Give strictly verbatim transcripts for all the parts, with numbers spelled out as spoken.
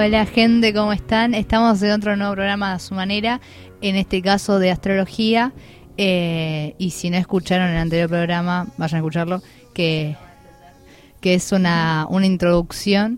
Hola gente, ¿cómo están? Estamos en otro nuevo programa a su manera, en este caso de astrología, eh, y si no escucharon el anterior programa, vayan a escucharlo, que, que es una, una introducción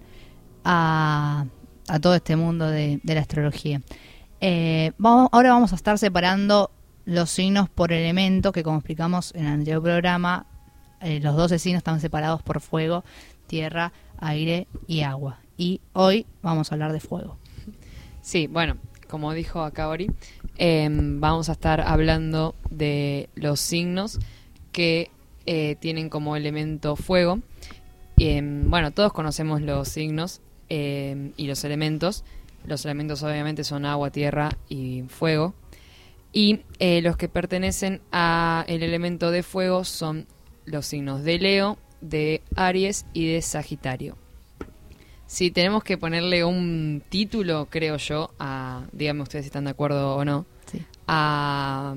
a, a todo este mundo de, de la astrología. Eh, vamos, ahora vamos a estar separando los signos por elemento, que como explicamos en el anterior programa, eh, los doce signos están separados por fuego, tierra, aire y agua. Y hoy vamos a hablar de fuego. Sí, bueno, como dijo acá Ori, eh, vamos a estar hablando de los signos que eh, tienen como elemento fuego. Eh, bueno, todos conocemos los signos eh, y los elementos. Los elementos obviamente son agua, tierra y fuego. Y eh, los que pertenecen al elemento de fuego son los signos de Leo, de Aries y de Sagitario. Si tenemos que ponerle un título, creo yo, a, díganme ustedes si están de acuerdo o no, Sí. a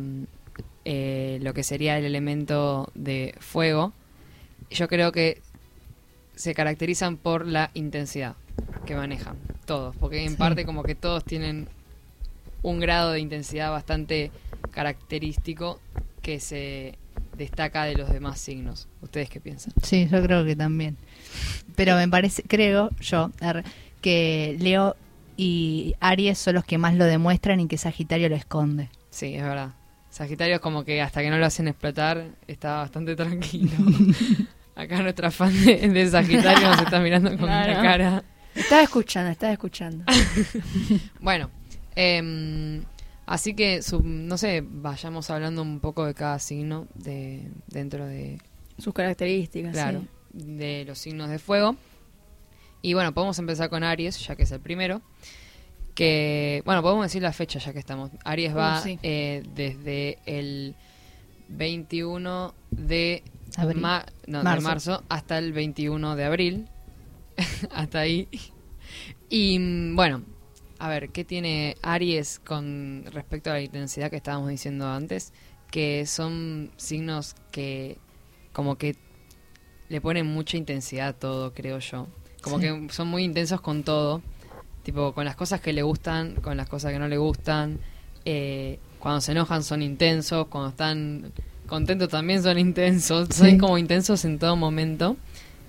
eh, lo que sería el elemento de fuego, yo creo que se caracterizan por la intensidad que manejan todos, porque en Sí. parte como que todos tienen un grado de intensidad bastante característico que se destaca de los demás signos. ¿Ustedes qué piensan? Sí, yo creo que también. Pero me parece, creo yo, er, que Leo y Aries son los que más lo demuestran y que Sagitario lo esconde. Sí, es verdad. Sagitario es como que hasta que no lo hacen explotar está bastante tranquilo. Acá nuestra fan de, de Sagitario nos está mirando con Claro. una cara. Estaba escuchando, estaba escuchando. Bueno, eh, así que, sub- no sé, vayamos hablando un poco de cada signo de dentro de, Sus características, claro, sí. de los signos de fuego. Y bueno, podemos empezar con Aries, ya que es el primero. Que, bueno, podemos decir la fecha ya que estamos. Aries va Uh, sí. eh, desde el veintiuno de, Abril. ma- no, de Marzo. marzo hasta el veintiuno de abril. Hasta ahí. Y mm, bueno, a ver, ¿qué tiene Aries con respecto a la intensidad que estábamos diciendo antes? Que son signos que como que le ponen mucha intensidad a todo, creo yo. Como Sí. que son muy intensos con todo. Tipo, con las cosas que le gustan, con las cosas que no le gustan. Eh, cuando se enojan son intensos, cuando están contentos también son intensos. Sí. Son como intensos en todo momento.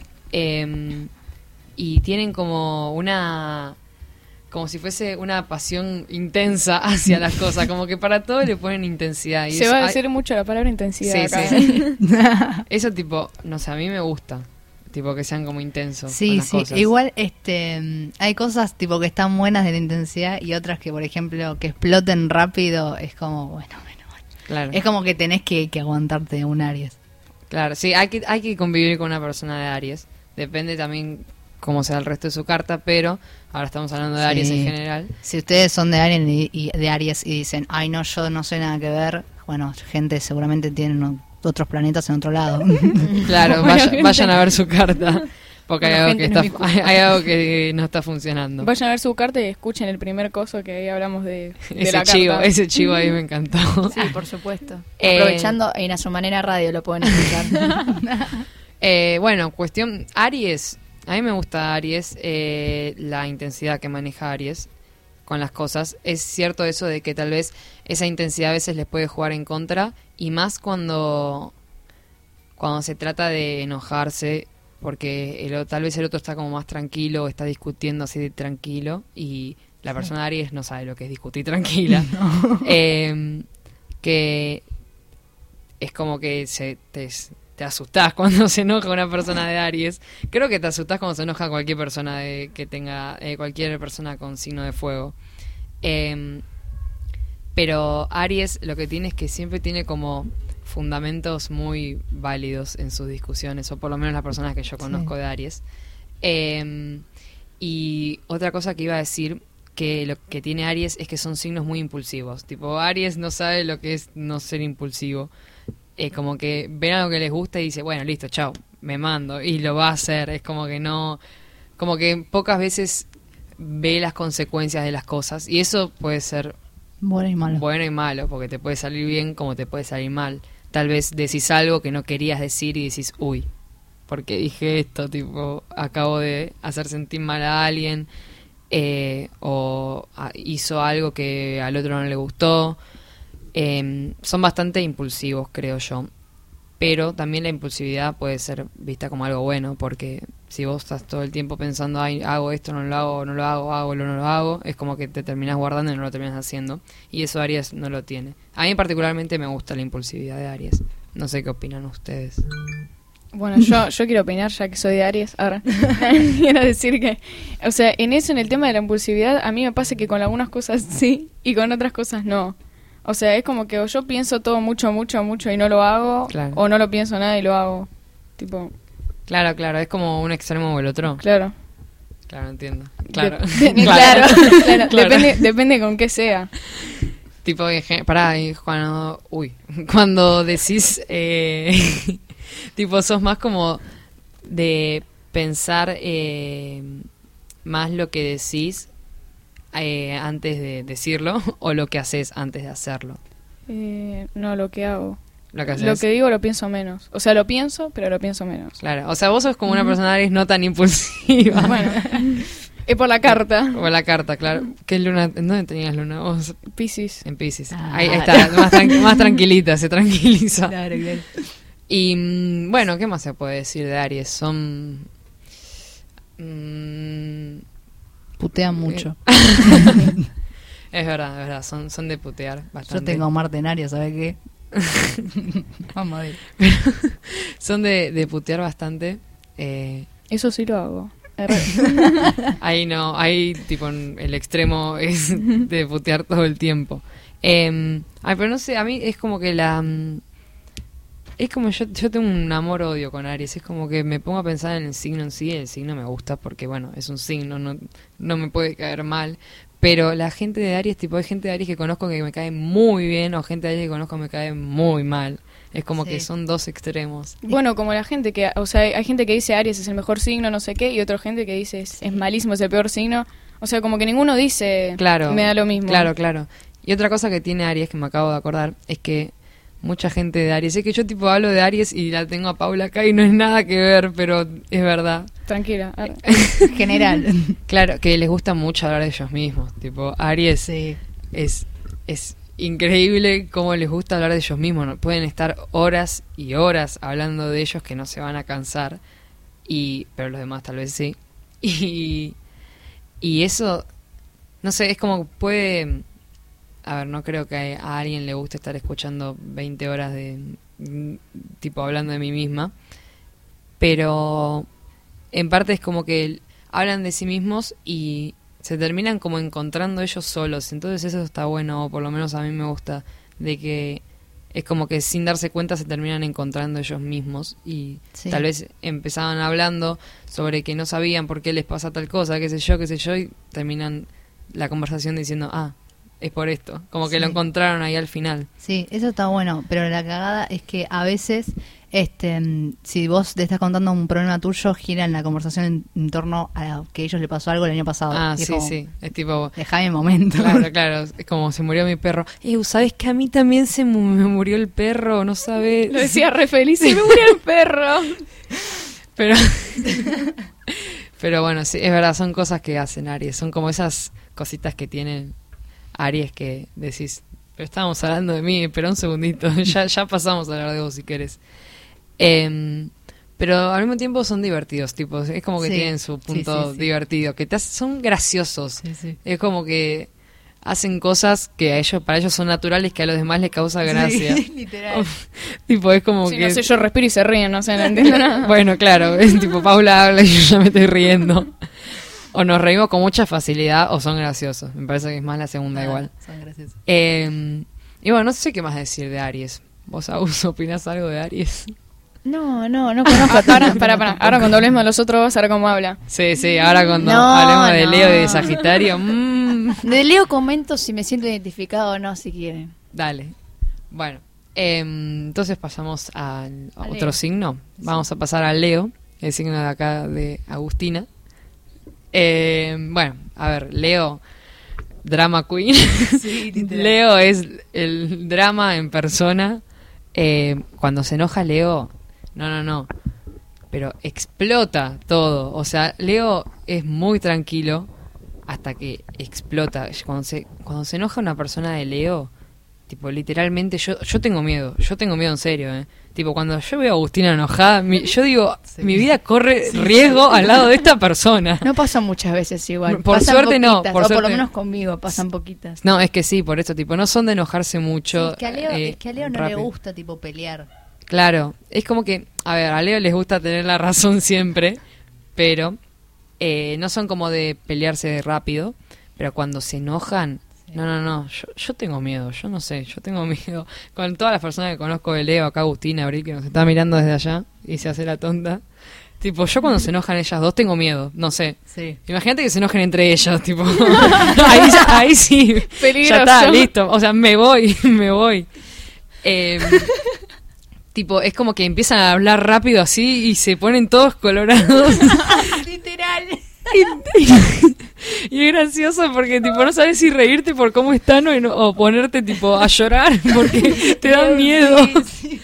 Eh, y tienen como una... como si fuese una pasión intensa hacia las cosas. Como que para todo le ponen intensidad. Y Se eso- va a ay, decir mucho la palabra intensidad Sí, acá. sí. Eso tipo, no sé, a mí me gusta. Tipo que sean como intensos. con Sí, las sí. cosas. Igual este, mm, hay cosas tipo que están buenas de la intensidad y otras que, por ejemplo, que exploten rápido. Es como, bueno, bueno, bueno. Claro, Es como que tenés que, que aguantarte un Aries. claro, sí, hay que, hay que convivir con una persona de Aries. Depende también cómo sea el resto de su carta, pero ahora estamos hablando de Sí. Aries en general. Si ustedes son de Aries y, y- de Aries y dicen, ay no, yo no sé nada que ver, bueno, gente seguramente tienen o- otros planetas en otro lado. Claro, Bueno, vaya- gente. vayan a ver su carta. Porque hay, Bueno, algo que gente, no está, es mi culpa. hay algo que no está funcionando. Vayan a ver su carta y escuchen el primer coso que ahí hablamos de, de Ese la chivo, carta. ese chivo ahí me encantó. Sí, por supuesto. Eh, Aprovechando en A Su Manera Radio lo pueden escuchar. Eh, bueno, cuestión Aries. A mí me gusta Aries, eh, la intensidad que maneja Aries con las cosas. Es cierto eso de que tal vez esa intensidad a veces les puede jugar en contra y más cuando cuando se trata de enojarse porque el, o- tal vez el otro está como más tranquilo o está discutiendo así de tranquilo y la persona de Aries no sabe lo que es discutir tranquila. Eh, que es como que se te, te asustás cuando se enoja una persona de Aries. Creo que te asustás cuando se enoja cualquier persona de, que tenga eh, cualquier persona con signo de fuego. Eh, pero Aries lo que tiene es que siempre tiene como fundamentos muy válidos en sus discusiones, o por lo menos las personas que yo conozco Sí. de Aries. Eh, y otra cosa que iba a decir que lo que tiene Aries es que son signos muy impulsivos. Tipo, Aries no sabe lo que es no ser impulsivo. Eh, como que ven algo que les gusta y dice, bueno, listo, chao, me mando. Y lo va a hacer. Es como que no... Como que pocas veces ve las consecuencias de las cosas. Y eso puede ser Bueno y malo. bueno y malo, porque te puede salir bien como te puede salir mal. Tal vez decís algo que no querías decir y decís, uy, porque dije esto, tipo, acabo de hacer sentir mal a alguien. eh, o a, hizo algo que al otro no le gustó. Eh, son bastante impulsivos, creo yo. Pero también la impulsividad puede ser vista como algo bueno, porque si vos estás todo el tiempo pensando, ay, hago esto, no lo hago, no lo hago, hago, no lo hago, es como que te terminás guardando y no lo terminas haciendo. Y eso Aries no lo tiene. A mí particularmente me gusta la impulsividad de Aries. No sé qué opinan ustedes. Bueno, yo, yo quiero opinar, ya que soy de Aries. Ahora, quiero decir que, o sea, en eso, en el tema de la impulsividad, a mí me pasa que con algunas cosas sí y con otras cosas no. O sea, es como que o yo pienso todo mucho, mucho, mucho y no lo hago, Claro. o no lo pienso nada y lo hago. Tipo, Claro, claro, es como un extremo o el otro. claro. Claro, entiendo. Claro. De- de- claro, claro. Claro. Depende, depende con qué sea. Tipo, en gen- pará, y cuando, uy, cuando decís, eh, tipo, sos más como de pensar eh, más lo que decís eh, antes de decirlo o lo que haces antes de hacerlo. Eh, no, lo que hago. Lo que haces. Lo que digo lo pienso menos. O sea, lo pienso, pero lo pienso menos. Claro, o sea, vos sos como una persona Aries no tan impulsiva. Bueno, es por la carta. O la carta, claro. ¿Qué luna? ¿En dónde tenías luna vos? Piscis. En Piscis. Ah. Ahí está, más, tran- más tranquilita, se tranquiliza. Claro, claro. Y mm, bueno, ¿qué más se puede decir de Aries? Son... mm, Putean mucho. es verdad, es verdad, son, son de putear Yo bastante. tengo a Marte en Aries, ¿sabes qué? Vamos a ver. Son de, de putear bastante. Eh, Eso sí lo hago. R. ahí no, ahí tipo en el extremo es de putear todo el tiempo. Eh, ay, pero no sé, a mí es como que la... mm, Es como yo, yo tengo un amor-odio con Aries. Es como que me pongo a pensar en el signo en sí. El signo me gusta porque, bueno, es un signo, no, no me puede caer mal. Pero la gente de Aries, tipo, hay gente de Aries que conozco que me cae muy bien o gente de Aries que conozco que me cae muy mal. Es como Sí. que son dos extremos. Bueno, como la gente que, o sea, hay gente que dice Aries es el mejor signo, no sé qué, y otra gente que dice es, es malísimo, es el peor signo. O sea, como que ninguno dice Claro. me da lo mismo. Claro, claro. Y otra cosa que tiene Aries, que me acabo de acordar, es que mucha gente de Aries, es que yo tipo hablo de Aries y la tengo a Paula acá y no es nada que ver, pero es verdad. Tranquila. R. General. Claro, que les gusta mucho hablar de ellos mismos. Tipo, Aries Sí. es, es increíble cómo les gusta hablar de ellos mismos, ¿no? Pueden estar horas y horas hablando de ellos que no se van a cansar, y pero los demás tal vez sí. Y, y eso, no sé, es como puede... A ver, no creo que a alguien le guste estar escuchando veinte horas de... mm, tipo, hablando de mí misma. Pero en parte es como que hablan de sí mismos y se terminan como encontrando ellos solos. Entonces eso está bueno, o por lo menos a mí me gusta, de que es como que sin darse cuenta se terminan encontrando ellos mismos. Y Sí. tal vez empezaban hablando sobre que no sabían por qué les pasa tal cosa, qué sé yo, qué sé yo, y terminan la conversación diciendo, ah, es por esto. Como que Sí. lo encontraron ahí al final. Sí, eso está bueno, pero la cagada es que a veces, este, mm, si vos te estás contando un problema tuyo, gira en la conversación en, en torno a que a ellos le pasó algo el año pasado. Ah, Y es sí, como, sí. Es tipo... Dejame el momento. Claro, claro. Es como se murió mi perro. Eh, ¿sabes que a mí también se mu- me murió el perro? No sabes. Lo decía re feliz, se me murió el perro. Pero... Pero bueno, sí, es verdad, son cosas que hacen Aries. Son como esas cositas que tienen Aries que decís, pero estábamos hablando de mí, espera un segundito, ya, ya pasamos a hablar de vos si querés. Em, pero al mismo tiempo son divertidos, tipo, es como que Sí, tienen su sí, punto sí, sí. divertido, que te hace- son graciosos. Sí, sí. Es como que hacen cosas que a ellos, para ellos son naturales, que a los demás les causa gracia. Sí, literal. Tipo, es como Sí, que... no sé, yo respiro y se ríen, no sé, no entiendo nada. Bueno, claro, es tipo Paula habla y yo ya me estoy riendo. O nos reímos con mucha facilidad o son graciosos. Me parece que es más la segunda Ah, igual. Son graciosos. Eh, y bueno, no sé qué más decir de Aries. ¿Vos, Agus, opinás algo de Aries? No, no, no conozco. Ahora, para, para. Ahora cuando hablemos de los otros vas a ver cómo habla. Sí, sí, ahora cuando No, hablemos de no. Leo y de Sagitario, mmm, De Leo comento si me siento identificado o no, si quieren. dale. Bueno, eh, entonces pasamos al a A otro Leo. signo. Vamos a pasar a Leo, el signo de acá de Agustina. Eh, bueno, a ver, Leo, drama queen. Sí, literal. Leo es el drama en persona. Eh, cuando se enoja Leo, no, no, no, pero explota todo. O sea, Leo es muy tranquilo, hasta que explota. Cuando se, cuando se enoja una persona de Leo, tipo, literalmente yo yo tengo miedo, yo tengo miedo en serio, ¿eh? Tipo, cuando yo veo a Agustina enojada, mi, yo digo, sí. mi vida corre sí, riesgo sí. al lado de esta persona. No pasan muchas veces igual. Por pasan suerte poquitas, no. Por o suerte. por lo menos conmigo pasan poquitas. No, es que sí, por eso, tipo, no son de enojarse mucho. Sí, es que a Leo, eh, es que a Leo no rápido. le gusta, tipo, pelear. Claro, es como que, a ver, a Leo les gusta tener la razón siempre, pero eh, no son como de pelearse rápido, pero cuando se enojan, sí. no, no, no, yo, yo tengo miedo, yo no sé, yo tengo miedo. Con todas las personas que conozco de Leo, acá Agustina, Abril, que nos está mirando desde allá y se hace la tonta, tipo, yo cuando se enojan ellas dos tengo miedo, no sé. Sí. Imagínate que se enojen entre ellas, tipo, ahí, ahí sí, peligroso. Ya está, listo, o sea, me voy, me voy. Eh, tipo, es como que empiezan a hablar rápido así y se ponen todos colorados. Literal. Y, y, y es gracioso porque tipo no sabes si reírte por cómo están o, no, o ponerte tipo a llorar porque te dan miedo. Sí, sí.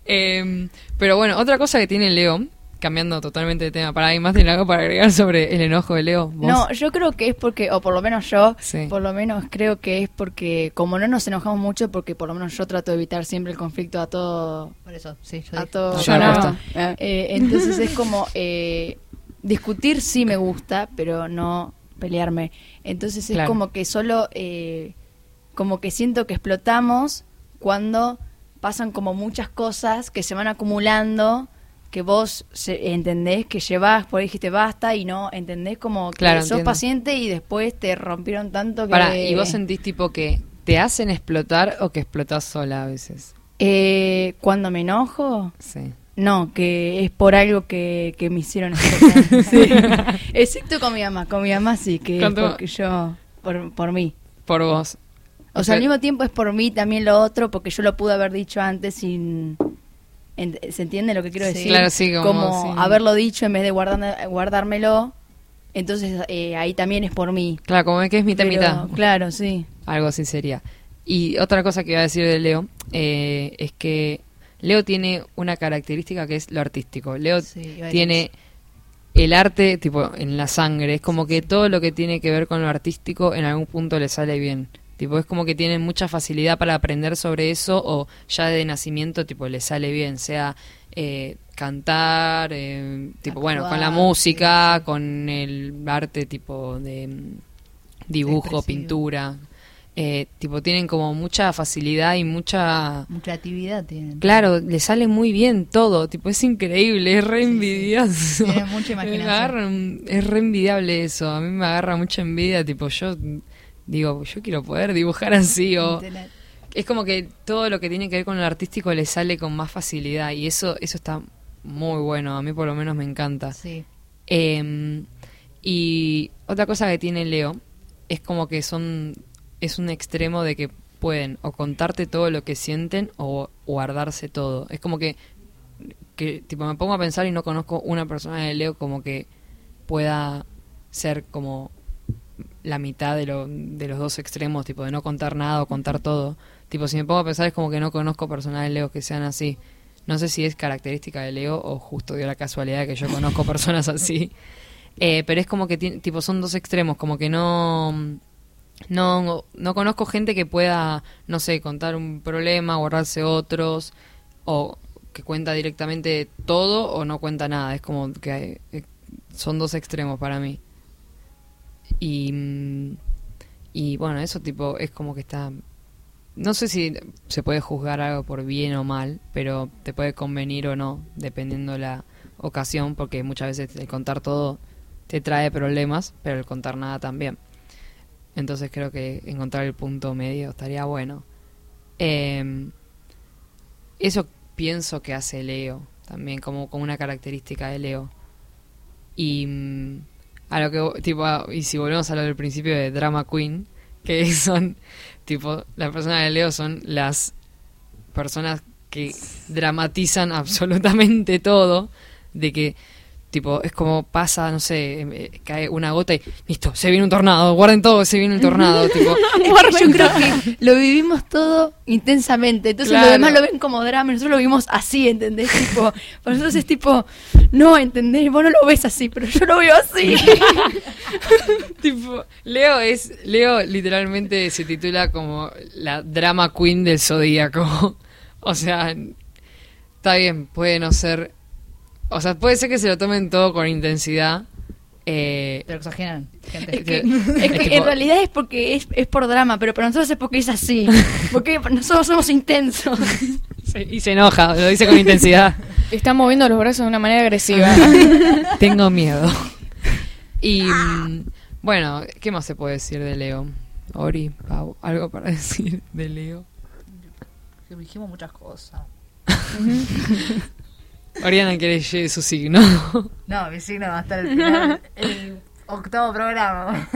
Eh, pero bueno, otra cosa que tiene Leo, cambiando totalmente de tema, para ahí más tiene algo para agregar sobre el enojo de Leo. ¿Vos? No, yo creo que es porque, o por lo menos yo, Sí. por lo menos creo que es porque, como no nos enojamos mucho, porque por lo menos yo trato de evitar siempre el conflicto a todo, Por eso, sí, yo a dije. todo. No, Yo me no. gusta. Eh, entonces es como eh, discutir sí me gusta, pero no pelearme. Entonces es Claro. como que solo, eh, como que siento que explotamos cuando pasan como muchas cosas que se van acumulando, que vos se, entendés que llevás, por ahí dijiste basta y no entendés como que Claro, sos entiendo. paciente y después te rompieron tanto que... Pará, ¿y vos sentís tipo que te hacen explotar o que explotás sola a veces? Eh, cuando me enojo... Sí. No, que es por algo que, que me hicieron explotar. Sí. Excepto con mi mamá. Con mi mamá sí, que es Con tu- porque yo, por, por mí. Por vos. O sea, al mismo tiempo es por mí también lo otro, porque yo lo pude haber dicho antes sin... en- ¿Se entiende lo que quiero Sí. decir? Claro, sí, como- sí. haberlo dicho en vez de guardar, guardármelo. Entonces eh, ahí también es por mí. Claro, como que es mitad Pero, mitad. Claro, sí. Algo así sería. Y otra cosa que iba a decir de Leo eh, es que Leo tiene una característica que es lo artístico. Leo Sí, iba a decir tiene eso. el arte tipo en la sangre. Es como que todo lo que tiene que ver con lo artístico en algún punto le sale bien. Tipo, es como que tiene mucha facilidad para aprender sobre eso o ya de nacimiento tipo le sale bien. Sea eh, cantar, eh, tipo bueno, con la Actuar, música, sí, sí. con el arte tipo de mm, dibujo, Expresivo. pintura. Eh, tipo, tienen como mucha facilidad y mucha... Mucha actividad tienen. Claro, le sale muy bien todo, tipo, es increíble, es re Sí, sí. envidioso. Tienen mucha imaginación. Me agarra un- es re envidiable eso, a mí me agarra mucha envidia, tipo, yo digo, yo quiero poder dibujar así, o... Literal. Es como que todo lo que tiene que ver con lo artístico le sale con más facilidad, y eso, eso está muy bueno, a mí por lo menos me encanta. Sí. Eh, y otra cosa que tiene Leo es como que son es un extremo de que pueden o contarte todo lo que sienten o guardarse todo. Es como que que tipo me pongo a pensar y no conozco una persona de Leo como que pueda ser como la mitad de lo de los dos extremos, tipo de no contar nada o contar todo. Tipo, si me pongo a pensar es como que no conozco personas de Leo que sean así. No sé si es característica de Leo o justo dio la casualidad de que yo conozco personas así. Eh, pero es como que tiene, tipo son dos extremos, como que no no no conozco gente que pueda, no sé, contar un problema, guardarse otros o que cuenta directamente todo o no cuenta nada. Es como que eh, son dos extremos para mí. Y mm, y bueno, eso tipo es como que está, no sé si se puede juzgar algo por bien o mal, pero te puede convenir o no, dependiendo la ocasión, porque muchas veces el contar todo te trae problemas, pero el contar nada también. Entonces creo que encontrar el punto medio estaría bueno. Eh, eso pienso que hace Leo, también como, como una característica de Leo. Y mm, a lo que tipo a- y si volvemos a lo del principio de Drama Queen, que son tipo las personas de Leo son las personas que dramatizan absolutamente todo, de que Tipo, es como pasa, no sé, eh, cae una gota y listo, se viene un tornado, guarden todo, se viene un tornado. Tipo, Es que yo creo que lo vivimos todo intensamente, entonces Claro. los demás lo ven como drama y nosotros lo vimos así, ¿entendés? Tipo, para nosotros es tipo, no, ¿entendés? Vos no lo ves así, pero yo lo veo así. tipo, Leo es, Leo literalmente se titula como la drama queen del zodíaco. O sea, está bien, puede no ser, o sea, puede ser que se lo tomen todo con intensidad. Eh, Pero exageran, gente. Es que, Es es que tipo- en realidad es porque es, es por drama, pero para nosotros es porque es así. Porque nosotros somos intensos. se- y se enoja, lo dice con intensidad. Está moviendo los brazos de una manera agresiva. Tengo miedo. Y mm, bueno, ¿qué más se puede decir de Leo? Ori, Pau, algo para decir de Leo. Dijimos muchas cosas. Oriana quiere lleve su signo. No, mi signo va a estar el final, el octavo programa.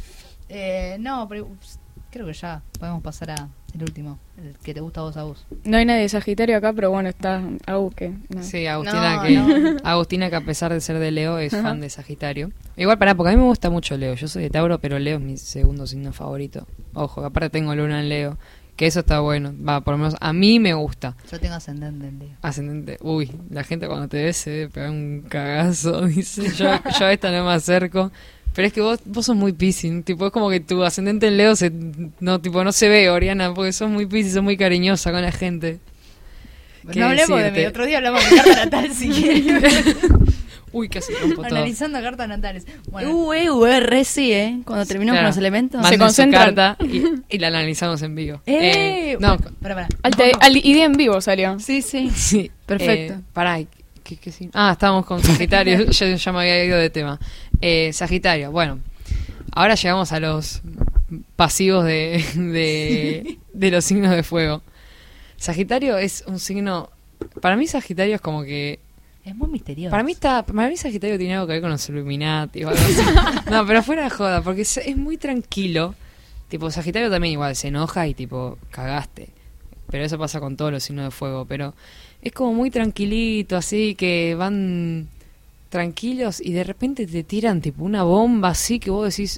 eh, no, pero ups, creo que ya podemos pasar a el último, el que te gusta a vos, a vos. No hay nadie de Sagitario acá, pero bueno, está Agus que... no. Sí, Agustina, No, que, no. Agustina que a pesar de ser de Leo es fan de Sagitario. Igual pará, porque a mí me gusta mucho Leo. Yo soy de Tauro, pero Leo es mi segundo signo favorito. Ojo, aparte tengo luna en Leo, que eso está bueno. Va, por lo menos a mí me gusta. Yo tengo ascendente en Leo. Ascendente. Uy, la gente cuando te ve se debe pegar un cagazo. Dice, yo, yo a esta no me acerco. Pero es que vos, vos sos muy Piscis, tipo, es como que tu ascendente en Leo se, no, tipo, no se ve, Oriana, porque sos muy Piscis, sos muy cariñosa con la gente. ¿Qué No hablemos de decirte? mí, otro día hablamos de carta natal si quieren. Uy, casi rompo todo. Analizando cartas natales. Bueno, U, E, U, R, sí, ¿eh? Cuando terminamos Claro. con los elementos. Manden Se su concentran. carta y, y la analizamos en vivo. ¡Eh! Eh, no, para, para. Al, te- al I D en vivo salió. Sí, sí. sí. Perfecto. Eh, pará, ¿qué, qué sí? Ah, estábamos con Sagitario, yo ya me había ido de tema. Eh, Sagitario, bueno. Ahora llegamos a los pasivos de, de, de los signos de fuego. Sagitario es un signo... Para mí Sagitario es como que... Es muy misterioso. Para mí está, para mí Sagitario tiene algo que ver con los Illuminati o algo así. No, pero fuera de joda, porque es, es muy tranquilo. Tipo, Sagitario también igual se enoja y tipo, cagaste. Pero eso pasa con todos los signos de fuego. Pero es como muy tranquilito, así que van tranquilos y de repente te tiran tipo una bomba así que vos decís,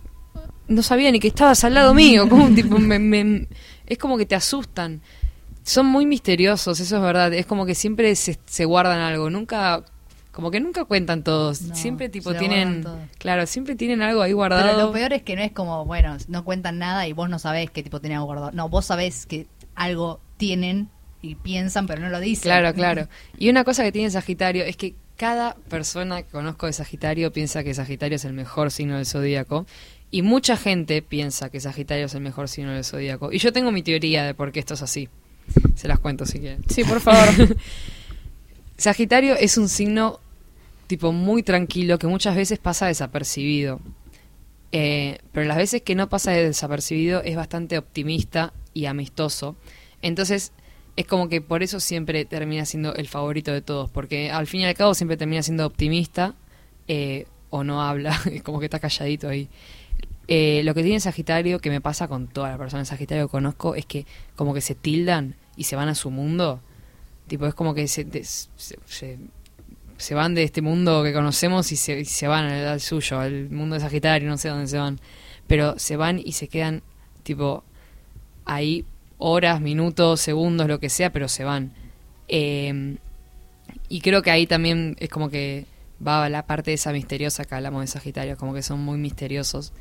no sabía ni que estabas al lado mío. Como, tipo, me, me- es como que te asustan. Son muy misteriosos, eso es verdad. Es como que siempre se, se guardan algo. Nunca, como que nunca cuentan todos. No, siempre tipo se lo tienen, guardan todo. claro, siempre tienen algo ahí guardado. Pero lo peor es que no es como, bueno, no cuentan nada y vos no sabés qué tipo tienen algo guardado. No, vos sabés que algo tienen y piensan, pero no lo dicen. Claro, claro. Y una cosa que tiene Sagitario es que cada persona que conozco de Sagitario piensa que Sagitario es el mejor signo del zodíaco. Y mucha gente piensa que Sagitario es el mejor signo del zodíaco. Y yo tengo mi teoría de por qué esto es así. Se las cuento si quieren. Sí, por favor. Sagitario es un signo tipo muy tranquilo que muchas veces pasa desapercibido. Eh, pero las veces que no pasa desapercibido es bastante optimista y amistoso. Entonces es como que por eso siempre termina siendo el favorito de todos, porque al fin y al cabo siempre termina siendo optimista eh, o no habla, es como que está calladito ahí. Eh, lo que tiene Sagitario, que me pasa con todas las personas de Sagitario que conozco, es que como que se tildan y se van a su mundo. Tipo, es como que se, de- se, se- se van de este mundo que conocemos y se, y se van al, al suyo, al mundo de Sagitario, no sé dónde se van. Pero se van y se quedan, tipo, ahí horas, minutos, segundos, lo que sea, pero se van. Eh, y creo que ahí también es como que va la parte esa misteriosa que hablamos de Sagitario, como que son muy misteriosos.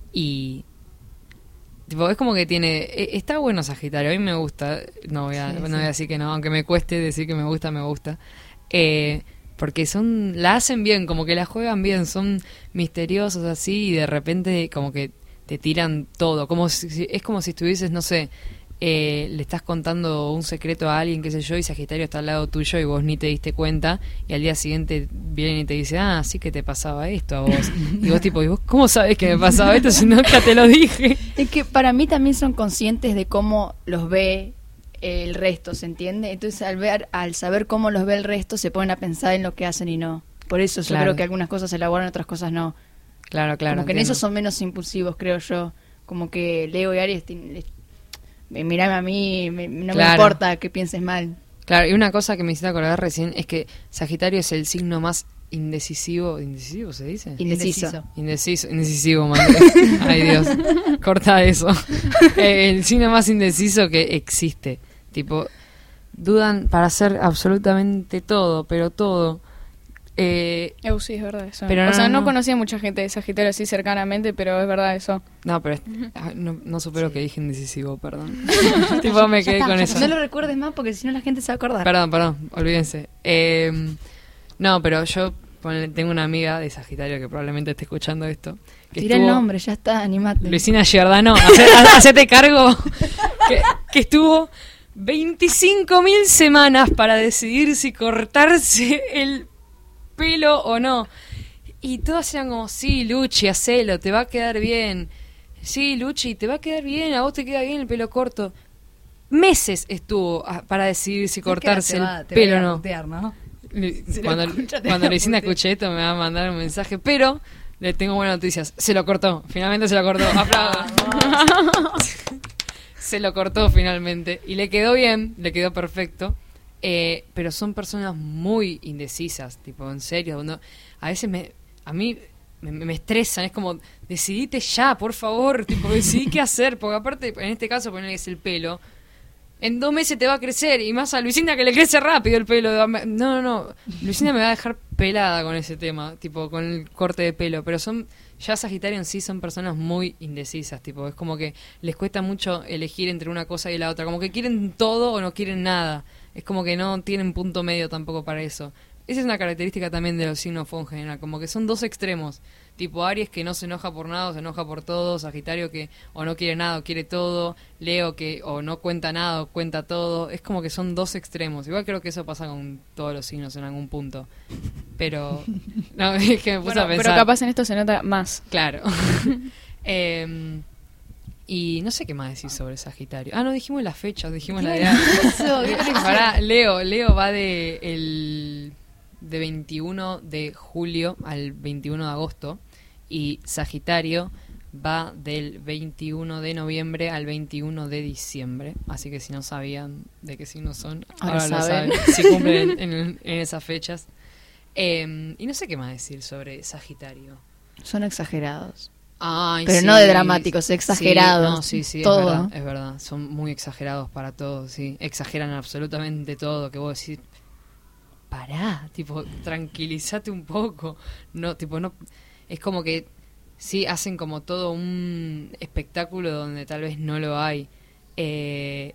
Y tipo, es como que tiene... e- Está bueno Sagitario, a mí me gusta. No voy a, Sí, no sí. voy a decir que no, aunque me cueste decir que me gusta, me gusta. Eh, porque son... La hacen bien, como que la juegan bien, son misteriosos así y de repente como que te tiran todo. Como si, si- es como si estuvieses, no sé... Eh, le estás contando un secreto a alguien, qué sé yo, y Sagitario está al lado tuyo y vos ni te diste cuenta, y al día siguiente viene y te dice, ah, sí que te pasaba esto a vos. Y vos tipo, ¿y vos cómo sabés que me pasaba esto si nunca te lo dije? Es que para mí también son conscientes de cómo los ve el resto, ¿se entiende? Entonces al ver, al saber cómo los ve el resto, se ponen a pensar en lo que hacen y no. Por eso yo Claro. creo que algunas cosas se elaboran, otras cosas no. Claro, claro. Como que en entiendo. eso son menos impulsivos, creo yo. Como que Leo y Aries, tin- les- me- mirame a mí, me- no me Claro. importa que pienses mal. Claro, y una cosa que me hiciste acordar recién es que Sagitario es el signo más indecisivo, indecisivo se dice. Indeciso. Indeciso, indecisivo, madre. Ay, Dios. Corta eso. Eh, el signo más indeciso que existe. Tipo, dudan para hacer absolutamente todo, pero todo. Eh, Eu, sí, es verdad eso. Pero o no, sea, no, no. conocía mucha gente de Sagitario así cercanamente, pero es verdad eso. no, pero es- ah, no, no supero que dije indecisivo, perdón. Tipo, me quedé con eso. No lo recuerdes más porque si no la gente se va a acordar. Perdón, perdón, olvídense. Eh, no, pero yo ponele, tengo una amiga de Sagitario que probablemente esté escuchando esto. Que Tira el estuvo- nombre, ya está, animate. Luisina Giordano, hace- ha- hacete cargo. Que, que estuvo veinticinco mil semanas para decidir si cortarse el pelo o no. Y todas eran como, sí, Luchi, hacelo, te va a quedar bien. Sí, Luchi, te va a quedar bien, a vos te queda bien el pelo corto. Meses estuvo ah, para decidir si cortarse el pelo o no. ¿no? Lu- Si lo Cuando, escucha, te cuando va a Luisina putear. escuche esto me va a mandar un mensaje, pero le tengo buenas noticias. Se lo cortó, finalmente se lo cortó. Aplausos. Se lo cortó finalmente y le quedó bien, le quedó perfecto. Eh, pero son personas muy indecisas, tipo, en serio. No, a veces me, a mí me, me estresan, es como, decidite ya, por favor, tipo, decidí qué hacer, porque aparte, en este caso, poner que es el pelo. En dos meses te va a crecer, y más a Luisina que le crece rápido el pelo. No, no, no. Luisina me va a dejar pelada con ese tema, tipo, con el corte de pelo. Pero son, ya Sagitario en sí son personas muy indecisas, tipo, es como que les cuesta mucho elegir entre una cosa y la otra. Como que quieren todo o no quieren nada. Es como que no tienen punto medio tampoco para eso. Esa es una característica también de los signos Fuego en general, como que son dos extremos. Tipo Aries que no se enoja por nada o se enoja por todo, Sagitario que o no quiere nada o quiere todo, Leo que o no cuenta nada o cuenta todo. Es como que son dos extremos. Igual creo que eso pasa con todos los signos en algún punto. Pero no, es que me puse Bueno, a pensar. pero capaz en esto se nota más. Claro. Eh, y no sé qué más decir sobre Sagitario. Ah, no dijimos la fecha, dijimos la de Eso, ¿qué te Pará, Leo, Leo va de el de veintiuno de julio al veintiuno de agosto y Sagitario va del veintiuno de noviembre al veintiuno de diciembre, así que si no sabían de qué signos son, Ahora ahora, lo saben. saben, si cumplen en, en- en esas fechas. Eh, y no sé qué más decir sobre Sagitario. Son exagerados. Ay, Pero sí. no de dramáticos, exagerados. Sí, no, sí, sí, Todo. es verdad, es verdad. Son muy exagerados para todo, sí. Exageran absolutamente todo, que vos decís, pará, tipo, tranquilízate un poco. No, tipo, no, es como que sí hacen como todo un espectáculo donde tal vez no lo hay. Eh,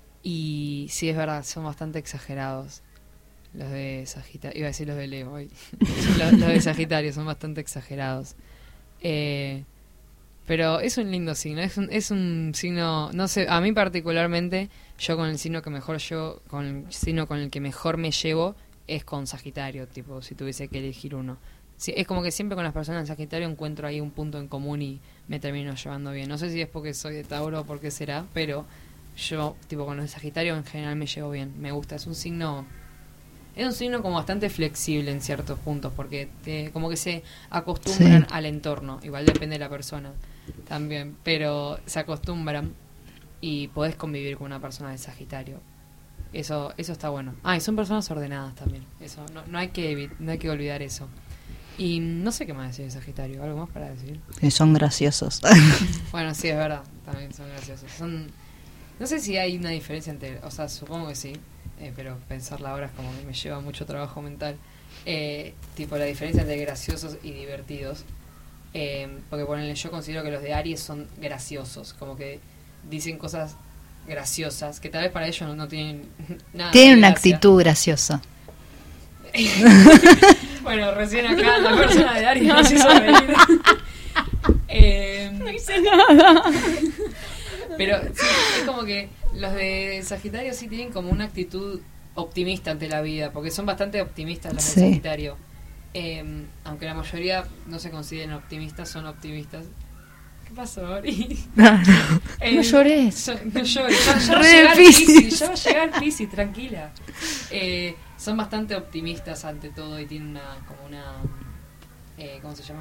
y sí, es verdad, son bastante exagerados. Los de Sagitario, iba a decir los de Leo hoy. los, los de Sagitario son bastante exagerados. Eh, pero es un lindo signo, es un, es un signo, no sé, a mí particularmente, yo con el signo que mejor yo, con el signo con el que mejor me llevo es con Sagitario, tipo, si tuviese que elegir uno. Sí, es como que siempre con las personas de Sagitario encuentro ahí un punto en común y me termino llevando bien. No sé si es porque soy de Tauro o por qué será, pero yo, tipo, con los de Sagitario en general me llevo bien, me gusta, es un signo... Es un signo como bastante flexible en ciertos puntos, porque te, como que se acostumbran Sí. al entorno. Igual depende de la persona también, pero se acostumbran y podés convivir con una persona de Sagitario. Eso eso está bueno. Ah, y son personas ordenadas también. Eso no, no hay que evi- no hay que olvidar eso. Y no sé qué más decir de Sagitario. ¿Algo más para decir? Que son graciosos. Bueno, sí, es verdad. También son graciosos. Son, no sé si hay una diferencia entre... O sea, supongo que sí. Eh, pero pensarla ahora es como que me lleva mucho trabajo mental. Eh, tipo, la diferencia entre graciosos y divertidos. Eh, porque, ponele, yo considero que los de Aries son graciosos. Como que dicen cosas graciosas que tal vez para ellos no, no tienen nada. Tiene de una gracia. actitud graciosa. Bueno, recién acá la persona de Aries nos hizo reír. Eh, No hice nada. Pero sí, es como que los de Sagitario sí tienen como una actitud optimista ante la vida, porque son bastante optimistas los Sí. de Sagitario. Eh, aunque la mayoría no se consideren optimistas, son optimistas. ¿Qué pasó, Ari? Eh, No llores. so- no llores, ya, ya va a Re llegar Piscis. Piscis, ya va a llegar Piscis, tranquila. Eh, son bastante optimistas ante todo y tienen una, como una, eh, ¿cómo se llama?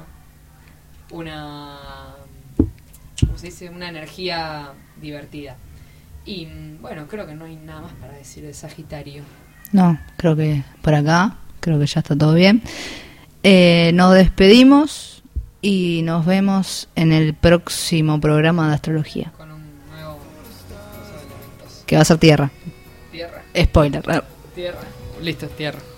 Una, ¿cómo se dice? Una energía divertida. Y mm, bueno, creo que no hay nada más para decir de Sagitario. No, creo que por acá, creo que ya está todo bien. Eh, nos despedimos y nos vemos en el próximo programa de astrología. Con un nuevo cosa de elementos. Que va a ser tierra. Tierra. Spoiler. Tierra. Listo, tierra.